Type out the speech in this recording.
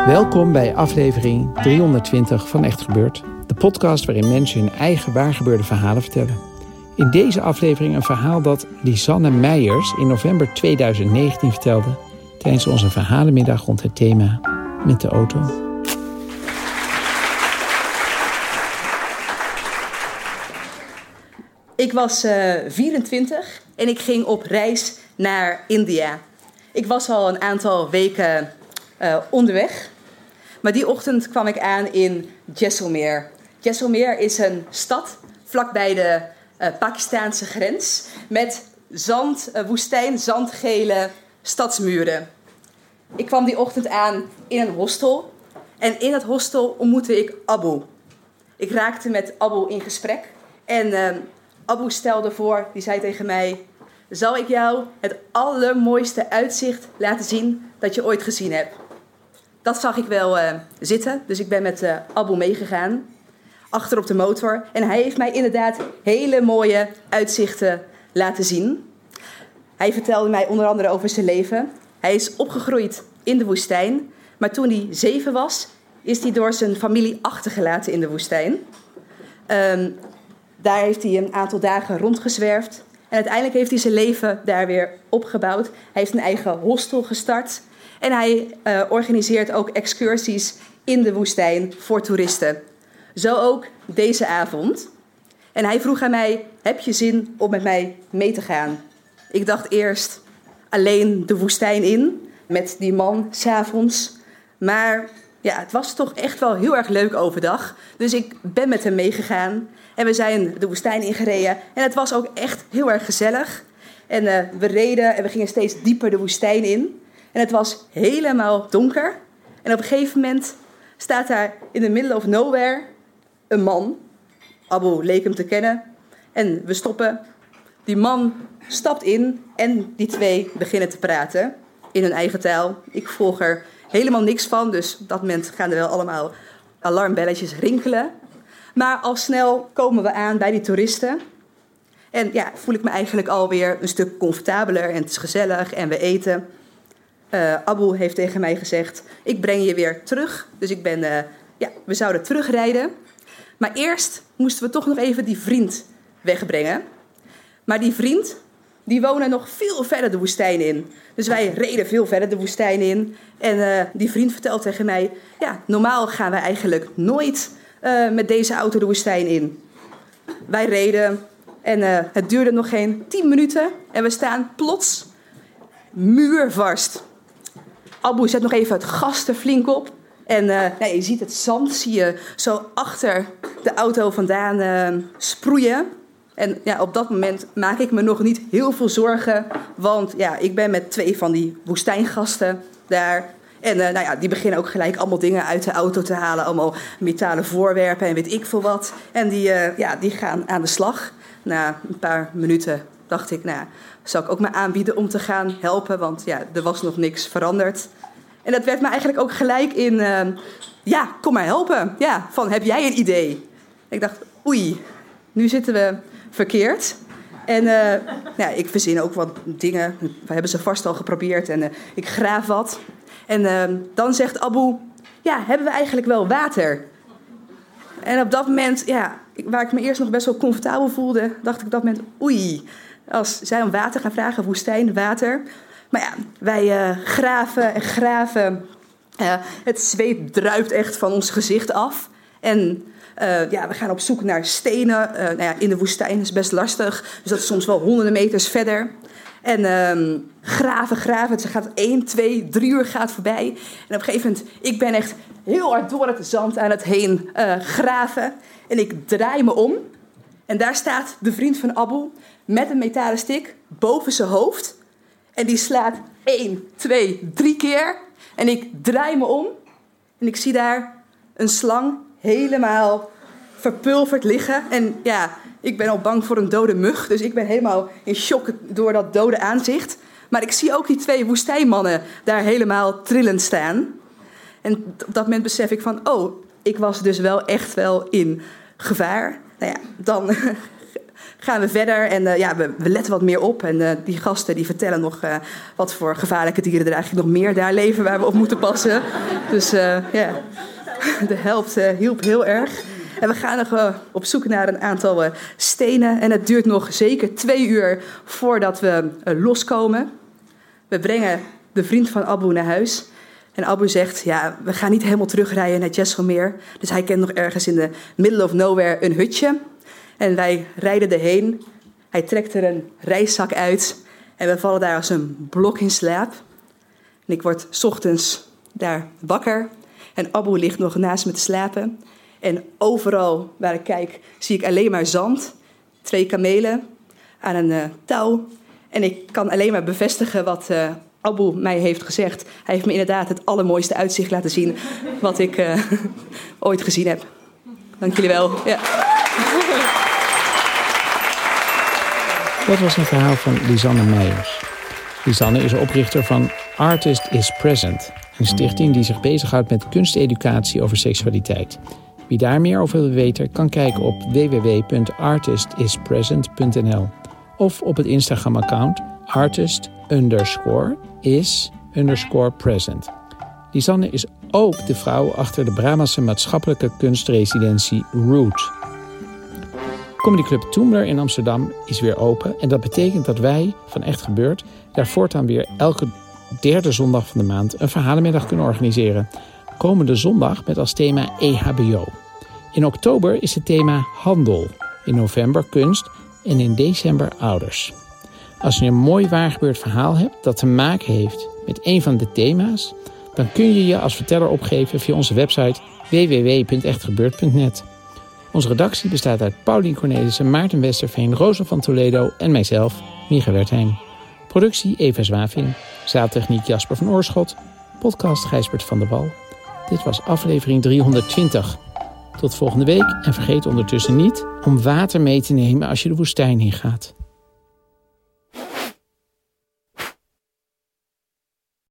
Welkom bij aflevering 320 van Echt Gebeurd. De podcast waarin mensen hun eigen waargebeurde verhalen vertellen. In deze aflevering een verhaal dat Lisanne Meijers in november 2019 vertelde tijdens onze verhalenmiddag rond het thema met de auto. Ik was 24 en ik ging op reis naar India. Ik was al een aantal weken onderweg. Maar die ochtend kwam ik aan in Jaisalmer. Jaisalmer is een stad vlakbij de Pakistaanse grens met woestijn, zandgele stadsmuren. Ik kwam die ochtend aan in een hostel. En in het hostel ontmoette ik Abu. Ik raakte met Abu in gesprek. En Abu stelde voor, die zei tegen mij: zal ik jou het allermooiste uitzicht laten zien dat je ooit gezien hebt? Dat zag ik wel zitten, dus ik ben met Abu meegegaan. Achter op de motor. En hij heeft mij inderdaad hele mooie uitzichten laten zien. Hij vertelde mij onder andere over zijn leven. Hij is opgegroeid in de woestijn. Maar toen hij 7 was, is hij door zijn familie achtergelaten in de woestijn. Daar heeft hij een aantal dagen rondgezwerfd. En uiteindelijk heeft hij zijn leven daar weer opgebouwd. Hij heeft een eigen hostel gestart. En hij organiseert ook excursies in de woestijn voor toeristen. Zo ook deze avond. En hij vroeg aan mij: heb je zin om met mij mee te gaan? Ik dacht eerst alleen de woestijn in, met die man 's avonds. Maar ja, het was toch echt wel heel erg leuk overdag. Dus ik ben met hem meegegaan. En we zijn de woestijn ingereden. En het was ook echt heel erg gezellig. En we reden en we gingen steeds dieper de woestijn in. En het was helemaal donker. En op een gegeven moment staat daar in the middle of nowhere een man. Abu leek hem te kennen. En we stoppen. Die man stapt in en die twee beginnen te praten in hun eigen taal. Ik volg er helemaal niks van, dus op dat moment gaan er wel allemaal alarmbelletjes rinkelen. Maar al snel komen we aan bij die toeristen. En ja, voel ik me eigenlijk alweer een stuk comfortabeler en het is gezellig en we eten. Abu heeft tegen mij gezegd: ik breng je weer terug. Dus we zouden terugrijden. Maar eerst moesten we toch nog even die vriend wegbrengen. Maar die vriend, die woonde nog veel verder de woestijn in. Dus wij reden veel verder de woestijn in. En die vriend vertelt tegen mij: ja, normaal gaan we eigenlijk nooit met deze auto de woestijn in. Wij reden en het duurde nog geen 10 minuten. En we staan plots muurvast. Abu zet nog even het gas er flink op. En je ziet het zand, zie je zo achter de auto vandaan sproeien. En ja, op dat moment maak ik me nog niet heel veel zorgen. Want ja, ik ben met 2 van die woestijngasten daar. En die beginnen ook gelijk allemaal dingen uit de auto te halen. Allemaal metalen voorwerpen en weet ik veel wat. En die gaan aan de slag. Na een paar minuten dacht ik, zal ik ook me aanbieden om te gaan helpen. Want ja, er was nog niks veranderd. En dat werd me eigenlijk ook gelijk in, kom maar helpen. Ja, van, heb jij een idee? Ik dacht, oei, nu zitten we verkeerd. En ik verzin ook wat dingen. We hebben ze vast al geprobeerd en ik graaf wat. En dan zegt Abu: ja, hebben we eigenlijk wel water? En op dat moment, waar ik me eerst nog best wel comfortabel voelde, dacht ik op dat moment: oei, als zij om water gaan vragen, woestijn, water. Maar ja, wij graven en graven. Het zweet druipt echt van ons gezicht af. En we gaan op zoek naar stenen. In de woestijn is best lastig. Dus dat is soms wel honderden meters verder. En graven. Het gaat 1, 2, 3 uur gaat voorbij. En op een gegeven moment, ik ben echt heel hard door het zand aan het heen graven. En ik draai me om. En daar staat de vriend van Abu met een metalen stick boven zijn hoofd. En die slaat 1, 2, 3 keer. En ik draai me om. En ik zie daar een slang helemaal verpulverd liggen. En ja, ik ben al bang voor een dode mug. Dus ik ben helemaal in shock door dat dode aanzicht. Maar ik zie ook die 2 woestijnmannen daar helemaal trillend staan. En op dat moment besef ik van: ik was dus wel echt wel in gevaar. Dan gaan we verder en we letten wat meer op. En die gasten die vertellen nog wat voor gevaarlijke dieren er eigenlijk nog meer daar leven waar we op moeten passen. Dus de helft hielp heel erg. En we gaan nog op zoek naar een aantal stenen. En het duurt nog zeker 2 uur voordat we loskomen. We brengen de vriend van Abu naar huis. En Abu zegt, we gaan niet helemaal terugrijden naar Jaisalmer. Dus hij kent nog ergens in de middle of nowhere een hutje. En wij rijden erheen. Hij trekt er een reiszak uit. En we vallen daar als een blok in slaap. En ik word 's ochtends daar wakker. En Abu ligt nog naast me te slapen. En overal waar ik kijk, zie ik alleen maar zand. 2 kamelen aan een touw. En ik kan alleen maar bevestigen wat Abu mij heeft gezegd. Hij heeft me inderdaad het allermooiste uitzicht laten zien wat ik ooit gezien heb. Dank jullie wel. Ja. Dat was een verhaal van Lisanne Meijers. Lisanne is oprichter van Artist is Present, een stichting die zich bezighoudt met kunsteducatie over seksualiteit. Wie daar meer over wil weten, kan kijken op www.artistispresent.nl of op het Instagram-account artist_is_present. Lisanne is ook de vrouw achter de Brabantse maatschappelijke kunstresidentie Root. Comedyclub Toomler in Amsterdam is weer open en dat betekent dat wij van Echt Gebeurd daar voortaan weer elke 3e zondag van de maand een verhalenmiddag kunnen organiseren. Komende zondag met als thema EHBO. In oktober is het thema handel, in november kunst en in december ouders. Als je een mooi waargebeurd verhaal hebt dat te maken heeft met een van de thema's, dan kun je je als verteller opgeven via onze website www.echtgebeurd.net. Onze redactie bestaat uit Paulien Cornelissen, Maarten Westerveen, Rosa van Toledo en mijzelf, Micha Wertheim. Productie Eva Zwaving, zaaltechniek Jasper van Oorschot, podcast Gijsbert van der Wal. Dit was aflevering 320. Tot volgende week en vergeet ondertussen niet om water mee te nemen als je de woestijn ingaat.